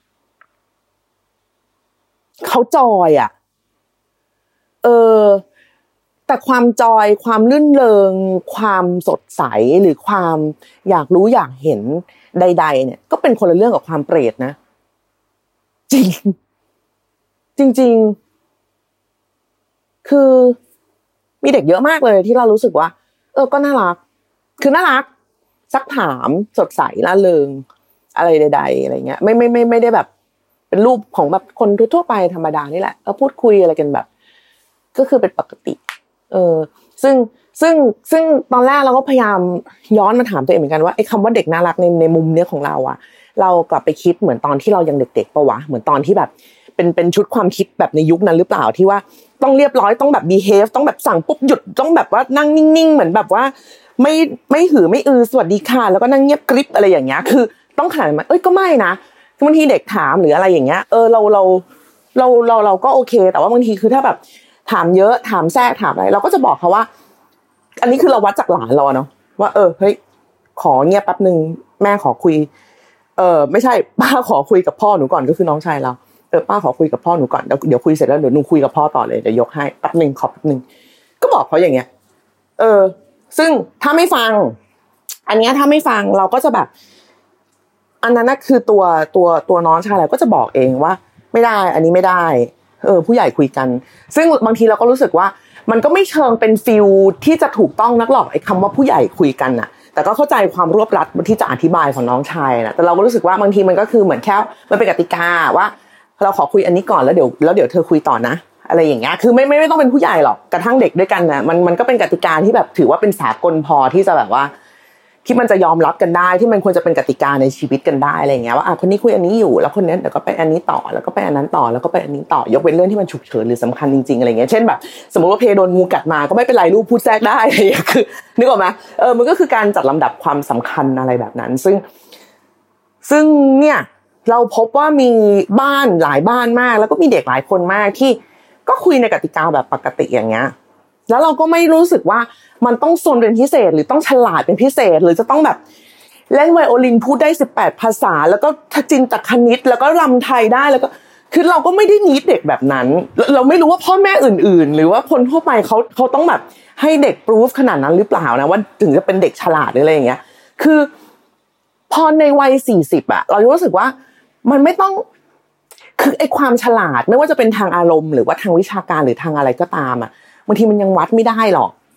S4: เขาจอยอ่ะเออแต่ความจอยความลื่นเริงความสดใสหรือความอยากรู้อยากเห็นใดๆเนี่ยก็เป็นคนละเรื่องกับความเปรตนะจริงจริงๆคือมีเด็กเยอะมากเลยที่เรารู้สึกว่าเออก็น่ารักคือน่ารักซักถามสดใสร่าเริงอะไรใดๆอะไรเงี้ยไม่ไม่ไม่ไม่ได้แบบเป็นรูปของแบบคนทั่วไปธรรมดานี่แหละก็พูดคุยอะไรกันแบบก็คือเป็นปกติเออซึ่งซึ่งซึ่งตอนแรกเราก็พยายามย้อนมาถามตัวเองเหมือนกันว่าไอ้คำว่าเด็กน่ารักในในมุมเนี้ยของเราอะเรากลับไปคิดเหมือนตอนที่เรายังเด็กๆปะวะเหมือนตอนที่แบบเป็นเป็นชุดความคิดแบบในยุคนั้นหรือเปล่าที่ว่าต้องเรียบร้อยต้องแบบ behave ต้องแบบสั่งปุ๊บหยุดต้องแบบว่านั่งนิ่งๆเหมือนแบบว่าไม่ไม่หือไม่อือสวัสดีค่ะแล้วก็นั่งเงียบกริบอะไรอย่างเงี้ยคือต้องขนาดนั้นเอ้ยก็ไม่นะบางทีเด็กถามหรืออะไรอย่างเงี้ยเออเราเราเราเราเราก็โอเคแต่ว่าบางทีคือถ้าแบบถามเยอะถามแทรกถามอะไรเราก็จะบอกเขาว่าอันนี้คือเราวัดจากหลานเราเนาะว่าเออเฮ้ยขอเงียบแป๊บนึงแม่ขอคุยเออไม่ใช่ป้าขอคุยกับพ่อหนูก่อนก็คือน้องชายเราเออป้าขอคุยกับพ่อหนูก่อนเดี๋ยวเดี๋ยวคุยเสร็จแล้วเดี๋ยวหนูคุยกับพ่อต่อเลยเดี๋ยวยกให้แป๊บนึงขอแป๊บนึงก็บอกเขาอย่างเงี้ยเออซึ่งถ้าไม่ฟังอันเนี้ยถ้าไม่ฟังเราก็จะแบบอันนั้นน่ะคือตัวตัวตัวน้องชายเราก็จะบอกเองว่าไม่ได้อันนี้ไม่ได้เออผู้ใหญ่คุยกันซึ่งบางทีเราก็รู้สึกว่ามันก็ไม่เชิงเป็นฟีลที่จะถูกต้องนักหรอกไอ้คำว่าผู้ใหญ่คุยกันน่ะแต่ก็เข้าใจความรวบรัดที่จะอธิบายของน้องชายนะแต่เราก็รู้สึกว่าบางทีมันก็คือเหมือนแค่มันเป็นกติกาว่าเราขอคุยอันนี้ก่อนแล้วเดี๋ยวแล้วเดี๋ยวเธอคุยต่อนะอะไรอย่างเงี้ยคือไม่ไม่ไม่ต้องเป็นผู้ใหญ่หรอกกระทั่งเด็กด้วยกันนะมันมันก็เป็นกติกาที่แบบถือว่าเป็นสากลพอที่จะแบบว่าที่มันจะยอมรับกันได้ที่มันควรจะเป็นกติกาในชีวิตกันได้อะไรอย่างเงี้ยว่าอ่ะคนนี้คุยอันนี้อยู่แล้วคนนี้เดี๋ยวก็ไปอันนี้ต่อแล้วก็ไปอันนั้นต่อแล้วก็ไปอันนี้ต่อยกเว้นเรื่องที่มันฉุกเฉินหรือสำคัญจริงๆอะไรเงี้ยเช่นแบบสมมติว่าเพโดนงูกัดมาก็ไม่เป็นไรลูกพูดแทรกได้อะไรอย่างเงี้ยคือนึกออกมั้ยเออมันก็คือการจัดลำดับความสำคัญอะไรแบบนั้นซึ่งซึ่งเนี่ยเราพบว่ามีบ้านหลายบ้านมากแล้วก็มีเด็กหลายคนมากที่ก็คุยในกติกาแบบปกติอย่างเงี้ยแล้วเราก็ไม่รู้สึกว่ามันต้องซนเป็นพิเศษหรือต้องฉลาดเป็นพิเศษหรือจะต้องแบบเล่นไวโอลินพูดได้สิบแปดภาษาแล้วก็จินตคณิตแล้วก็รำไทยได้แล้วก็คือเราก็ไม่ได้นิดเด็กแบบนั้นเราไม่รู้ว่าพ่อแม่อื่นๆหรือว่าคนทั่วไปเขาเขาต้องแบบให้เด็กพรูฟขนาดนั้นหรือเปล่านะว่าถึงจะเป็นเด็กฉลาดหรืออะไรอย่างเงี้ยคือพอในวัยสี่สิบอะเรารู้สึกว่ามันไม่ต้องคือไอ้ความฉลาดไม่ว่าจะเป็นทางอารมณ์หรือว่าทางวิชาการหรือทางอะไรก็ตามอะบางทีมันยังวัดไม่ได้หรอกเ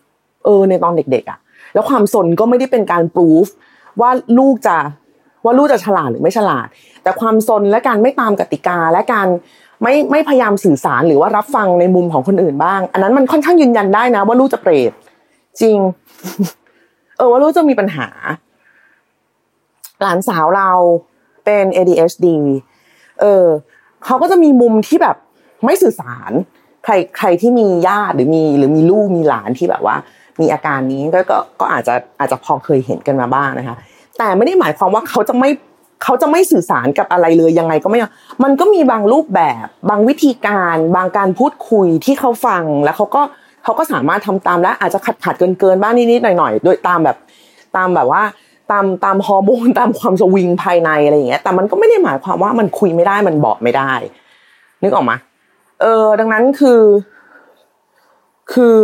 S4: เออในตอนเด็กๆอ่ะแล้วความซนก็ไม่ได้เป็นการพรูฟว่าลูกจะว่าลูกจะฉลาดหรือไม่ฉลาดแต่ความซนและการไม่ตามกติกาและการไม่ไม่พยายามสื่อสารหรือว่ารับฟังในมุมของคนอื่นบ้างอันนั้นมันค่อนข้างยืนยันได้นะว่าลูกจะเปรตจริง เออว่าลูกจะมีปัญหาหลานสาวเราเป็น เอ ดี เอช ดี เออเขาก็จะมีมุมที่แบบไม่สื่อสารใครใครที่มีญาติหรือมีหรือมีลูกมีหลานที่แบบว่ามีอาการนี้ก็ก็ก็อาจจะอาจจะพอเคยเห็นกันมาบ้างนะคะแต่ไม่ได้หมายความว่าเขาจะไม่เขาจะไม่สื่อสารกับอะไรเลยยังไงก็ไม่มันก็มีบางรูปแบบบางวิธีการบางการพูดคุยที่เขาฟังแล้วเขาก็เขาก็สามารถทำตามและอาจจะขัดขัดเกินเกินบ้างนิดๆหน่อยๆโดยตามแบบตามแบบว่าตามตามฮอร์โมนตามความสวิงภายในอะไรอย่างเงี้ยแต่มันก็ไม่ได้หมายความว่ามันคุยไม่ได้มันบอกไม่ได้นึกออกมั้ยเออดังนั้นคือคือ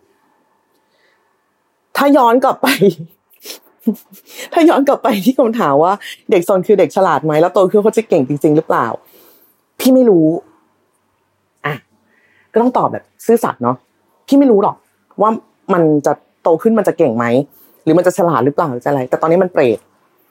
S4: ถ้าย้อนกลับไปถ้าย้อนกลับไปที่คำถามว่าเด็กซนคือเด็กฉลาดไหมแล้วโตขึ้นเขาจะเก่งจริงๆหรือเปล่าพี่ไม่รู้อ่ะก็ต้องตอบแบบซื่อสัตย์เนาะพี่ไม่รู้หรอกว่ามันจะโตขึ้นมันจะเก่งไหมหรือมันจะฉลาดหรือเปล่าหรือจะอะไรแต่ตอนนี้มันเปรต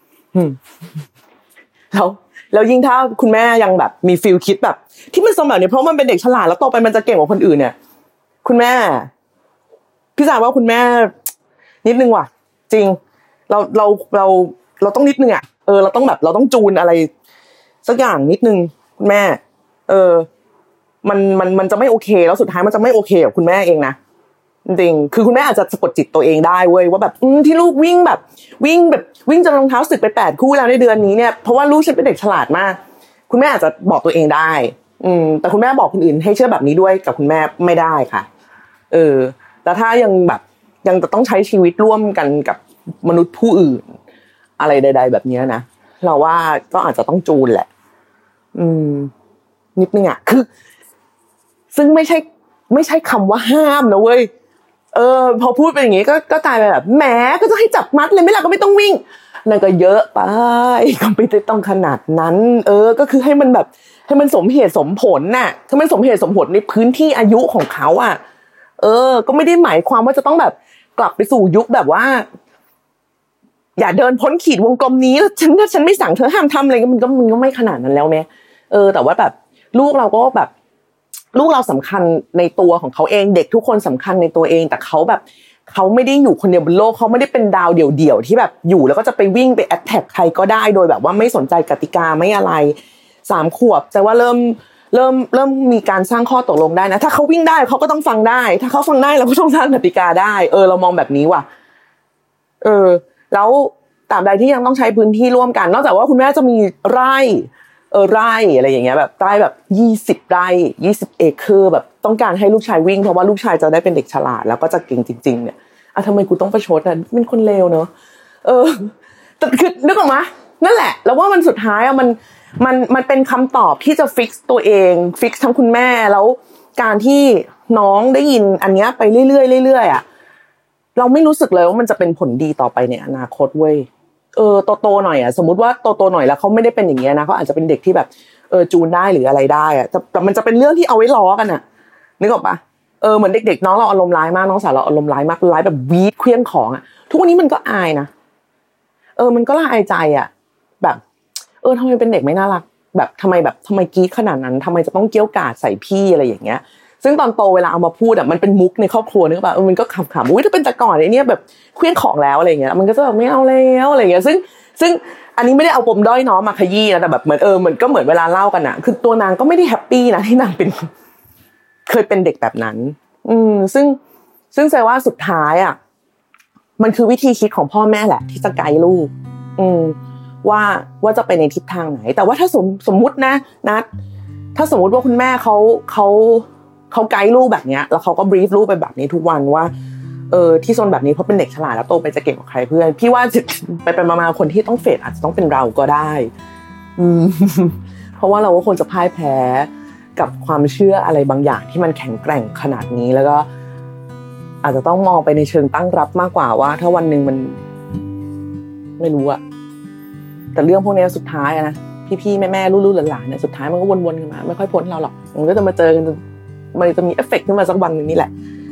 S4: แล้วแล้วยิ่งถ้าคุณแม่ยังแบบมีฟีลคิดแบบที่มันสมแบบนี้เพราะมันเป็นเด็กฉลาดแล้วโตไปมันจะเก่งกว่าคนอื่นเนี่ยคุณแม่พี่สาวว่าคุณแม่นิดนึงว่ะจริงเราเราเราเราต้องนิดนึงอ่ะเออเราต้องแบบเราต้องจูนอะไรสักอย่างนิดนึงคุณแม่เออมันมันมันจะไม่โอเคแล้วสุดท้ายมันจะไม่โอเคกับคุณแม่เองนะจริงคือคุณแม่อาจจะสะกดจิตตัวเองได้เว้ยว่าแบบอืมที่ลูกวิ่งแบบวิ่งแบบวิ่งจนรองเท้าสึกไปแปดคู่แล้วในเดือนนี้เนี่ยเพราะว่าลูกฉันเป็นเด็กฉลาดมากคุณแม่อาจจะบอกตัวเองได้อืมแต่คุณแม่บอกคนอื่นให้เชื่อแบบนี้ด้วยกับคุณแม่ไม่ได้ค่ะเออแต่ถ้ายังแบบยังจะต้องใช้ชีวิตร่วมกันกับมนุษย์ผู้อื่นอะไรใดๆแบบนี้นะเราว่าก็อาจจะต้องจูนแหละอืมนิดนึงอ่ะคือซึ่งไม่ใช่ไม่ใช่คำว่าห้ามนะเว้ยเออพอพูดเป็นอย่างงี้ก็ก็ตายไปแบบแหมก็จะให้จับมัดเลยไม่ล่ะก็ไม่ต้องวิ่งนั่นก็เยอะไปก็ไม่ได้ต้องขนาดนั้นเออก็คือให้มันแบบให้มันสมเหตุสมผลน่ะถ้ามันสมเหตุสมผลในพื้นที่อายุของเขาอ่ะเออก็ไม่ได้หมายความว่าจะต้องแบบกลับไปสู่ยุคแบบว่าอย่าเดินพ้นขีดวงกลมนี้แล้วฉันถ้าฉันไม่สั่งเธอห้ามทำอะไรก็มันก็มันก็ไม่ขนาดนั้นแล้วแม่เออแต่ว่าแบบลูกเราก็แบบลูกเราสำคัญในตัวของเขาเองเด็กทุกคนสำคัญในตัวเองแต่เขาแบบเขาไม่ได้อยู่คนเดียวบนโลกเขาไม่ได้เป็นดาวเดี่ยวๆที่แบบอยู่แล้วก็จะไปวิ่งไปแอทแทคใครก็ได้โดยแบบว่าไม่สนใจกติกาไม่อะไรสามขวบแต่ว่าเริ่มเริ่มเริ่มมีการสร้างข้อตกลงได้นะถ้าเขาวิ่งได้เขาก็ต้องฟังได้ถ้าเขาฟังได้เราก็ต้องสร้างกติกาได้เออเรามองแบบนี้ว่ะเออแล้วตราบใดที่ยังต้องใช้พื้นที่ร่วมกันนอกจากว่าคุณแม่จะมีไร่เออไร่อะไรอย่างเงี้ยแบบไร่แบบยี่สิบไร่ยี่สิบเอเคอร์แบบต้องการให้ลูกชายวิ่งเพราะว่าลูกชายจะได้เป็นเด็กฉลาดแล้วก็จะเก่งจริงๆเนี่ยอ่ะทำไมกูต้องประชดอ่ะเป็นคนเลวเนอะเออแต่คือนึกออกมั้ยนั่นแหละแล้วว่ามันสุดท้ายอ่ะมันมันมันเป็นคำตอบที่จะฟิกซ์ตัวเองฟิกซ์ทั้งคุณแม่แล้วการที่น้องได้ยินอันเนี้ยไปเรื่อยๆเรื่อยๆอ่ะเราไม่รู้สึกเลยว่ามันจะเป็นผลดีต่อไปในอนาคตเว้ยเออโตๆหน่อยอ่ะสมมุติว่าโตๆหน่อยแล้วเขาไม่ได้เป็นอย่างเงี้ยนะเขาอาจจะเป็นเด็กที่แบบเออจูนได้หรืออะไรได้อ่ะแต่มันจะเป็นเรื่องที่เอาไว้ล้อกันอ่ะนึกออกปะเออเหมือนเด็กๆน้องเราอารมณ์ร้ายมากน้องสาวเราอารมณ์ร้ายมากร้ายแบบวีดเคลี้ยงของอ่ะทุกวันนี้มันก็อายนะเออมันก็ละอายใจอ่ะแบบเออทำไมเป็นเด็กไม่น่ารักแบบทำไมแบบทำไมกรี๊ดขนาดนั้นทำไมจะต้องเกี้ยวกาดใส่พี่อะไรอย่างเงี้ยซึ่งตอนโตเวลาเอามาพูดอ่ะมันเป็นมุกในครอบครัวนึกป่ะเออมันก็ขำๆอุ๊ยถ้าเป็นแต่ก่อนไอ้เนี่ยแบบเคลี้ยงของแล้วอะไรอย่างเงี้ยมันก็จะแบบไม่เอาแล้วอะไรอย่างเงี้ยซึ่งซึ่งอันนี้ไม่ได้เอาปมด้อยน้องมาขยี้นะแต่แบบเหมือนเออเหมือนก็เหมือนเวลาเล่ากันอ่ะคือตัวนางก็ไม่ได้แฮปปี้นะที่นางเป็นเคยเป็นเด็กแบบนั้นอืมซึ่งซึ่งแสดงว่าสุดท้ายอ่ะมันคือวิธีคิดของพ่อแม่แหละที่จะไกด์ลูกอืมว่าว่าจะไปในทิศทางไหนแต่ว่าถ้าสมสมมุตินะนัดถ้าสมมุติว่าคุณแม่เขาเขาเขาไกด์ลูกแบบเนี้ยแล้วเขาก็บรีฟลูกไปแบบนี้ทุกวันว่าเออที่โซนแบบนี้เพราะเป็นเด็กฉลาดแล้วโตไปจะเก่งกว่าใครเพื่อนพี่ว่าไปไปมาๆคนที่ต้องเฟดอาจจะต้องเป็นเราก็ได้อืมเพราะว่าเราก็ควรจะพ่ายแพ้กับความเชื่ออะไรบางอย่างที่มันแข็งแกร่งขนาดนี้แล้วก็อาจจะต้องมองไปในเชิงตั้งรับมากกว่าว่าถ้าวันนึงมันไม่รู้อะแต่เรื่องพวกนี้สุดท้ายอะนะพี่ๆแม่ๆลูกๆหลานๆเนี่ยสุดท้ายมันก็วนๆกันมาไม่ค่อยพ้นเราหรอกมันก็จะมาเจอกันมันจะมีเอฟเฟคขึ้นมาสักวันนึงนี่แหละ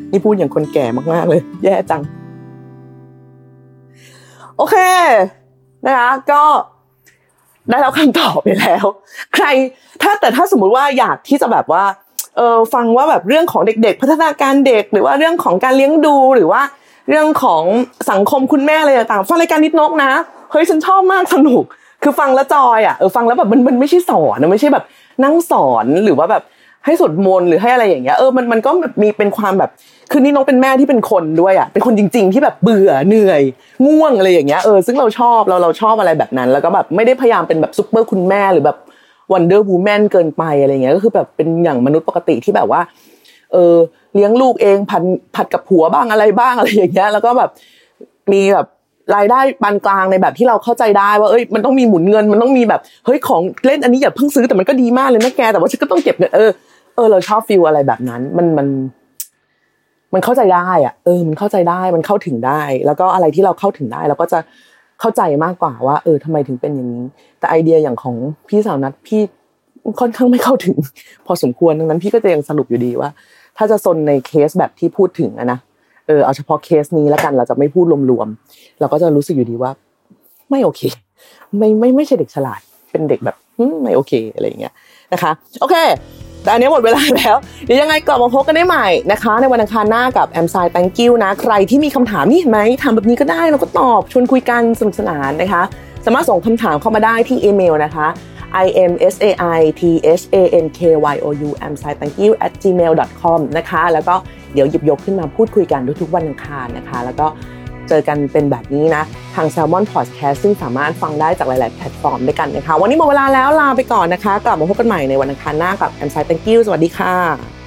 S4: นี่พูดอย่างคนแก่มากๆเลยแย่จังโอเคนะคะก็ได้แล้วคำตอบไปแล้วใครถ้าแต่ถ้าสมมุติว่าอยากที่จะแบบว่าเออฟังว่าแบบเรื่องของเด็กๆพัฒนาการเด็กหรือว่าเรื่องของการเลี้ยงดูหรือว่าเรื่องของสังคมคุณแม่อะไรต่างๆฟังรายการนิดนกนะเฮ้ยฉันชอบมากสนุกคือฟังแล้วจอยอ่ะเออฟังแล้วแบบมันมันไม่ใช่สอนนะไม่ใช่แบบนั่งสอนหรือว่าแบบให้สวดมนต์หรือให้อะไรอย่างเงี้ยเออมันมันก็แบบมีเป็นความแบบคือนี่น้องเป็นแม่ที่เป็นคนด้วยอ่ะเป็นคนจริงๆที่แบบเบื่อเหนื่อยง่วงอะไรอย่างเงี้ยเออซึ่งเราชอบเราเราชอบอะไรแบบนั้นแล้วก็แบบไม่ได้พยายามเป็นแบบซุปเปอร์คุณแม่หรือแบบวันเดอร์วูแมนเกินไปอะไรเงี้ยก็คือแบบเป็นอย่างมนุษย์ปกติที่แบบว่าเออเลี้ยงลูกเองผัดผัดกับผัวบ้างอะไรบ้างอะไรอย่างเงี้ยแล้วก็แบบมีแบบรายได้ปานกลางในแบบที่เราเข้าใจได้ว่าเอ้ยมันต้องมีหมุนเงินมันต้องมีแบบเฮ้ยของเล่นอันนี้อย่าเพิ่งซื้อแต่มันก็ดีมากเลยนะแกแต่ว่าฉันก็ต้องเก็บเงินเออเออเราชอบฟีลอะไรแบบนั้นมันมันมันเข้าใจได้อ่ะเออมันเข้าใจได้มันเข้าถึงได้แล้วก็อะไรที่เราเข้าถึงได้เราก็จะเข้าใจมากกว่าว่าเออทำไมถึงเป็นอย่างนี้แต่ไอเดียอย่างของพี่สาวนัทพี่ค่อนข้างไม่เข้าถึงพอสมควรดังนั้นพี่ก็จะยังสรุปอยู่ดีว่าถ้าจะซนในเคสแบบที่พูดถึงอะนะเออเอาเฉพาะเคสนี้แล้วกันเราจะไม่พูดรวมๆเราก็จะรู้สึกอยู่ดีว่าไม่โอเคไม่ไม่ไม่ใช่เด็กฉลาดเป็นเด็กแบบไม่โอเคอะไรอย่างเงี้ยนะคะโอเคแต่อันนี้หมดเวลาแล้วเดี๋ยวยังไงกลับมาพบกันได้ใหม่นะคะในวันอังคารหน้ากับ แอม ไซ Thank you นะใครที่มีคำถามนี่เห็นไหมถามแบบนี้ก็ได้เราก็ตอบชวนคุยกันสนุกสนานนะคะสามารถส่งคำถามเข้ามาได้ที่อีเมลนะคะ i m s a i t h a n k y o u m s a i thank you at gmail dot com นะคะแล้วก็เดี๋ยวหยิบยกขึ้นมาพูดคุยกันทุกๆวันอังคารนะคะแล้วก็เจอกันเป็นแบบนี้นะทาง Salmon Podcast ซึ่งสามารถฟังได้จากหลายๆแพลตฟอร์มด้วยกันนะคะวันนี้หมดเวลาแล้วลาไปก่อนนะคะกลับมาพบกันใหม่ในวันอังคารหน้ากับ แอม ไซ Thank you สวัสดีค่ะ